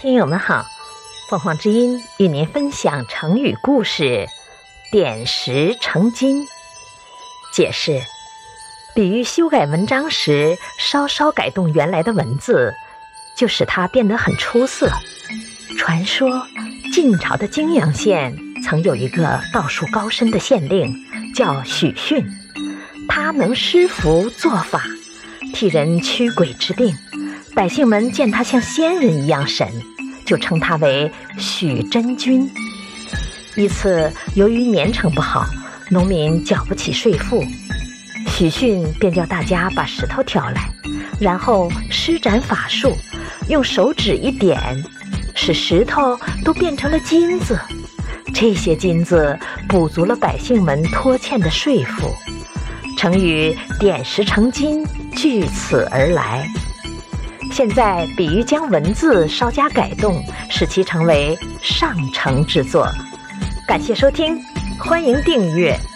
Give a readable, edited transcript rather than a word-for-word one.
听友们好，凤凰之音与您分享成语故事点石成金。解释：比喻修改文章时稍稍改动原来的文字，就使它变得很出色。传说晋朝的泾阳县曾有一个道术高深的县令，叫许逊，他能施符做法，替人驱鬼治病，百姓们见他像仙人一样神，就称他为许真君。一次由于年成不好，农民缴不起税赋，许逊便叫大家把石头挑来，然后施展法术，用手指一点，使石头都变成了金子。这些金子补足了百姓们拖欠的税赋。成语点石成金据此而来。现在比喻将文字稍加改动，使其成为上乘之作。感谢收听，欢迎订阅。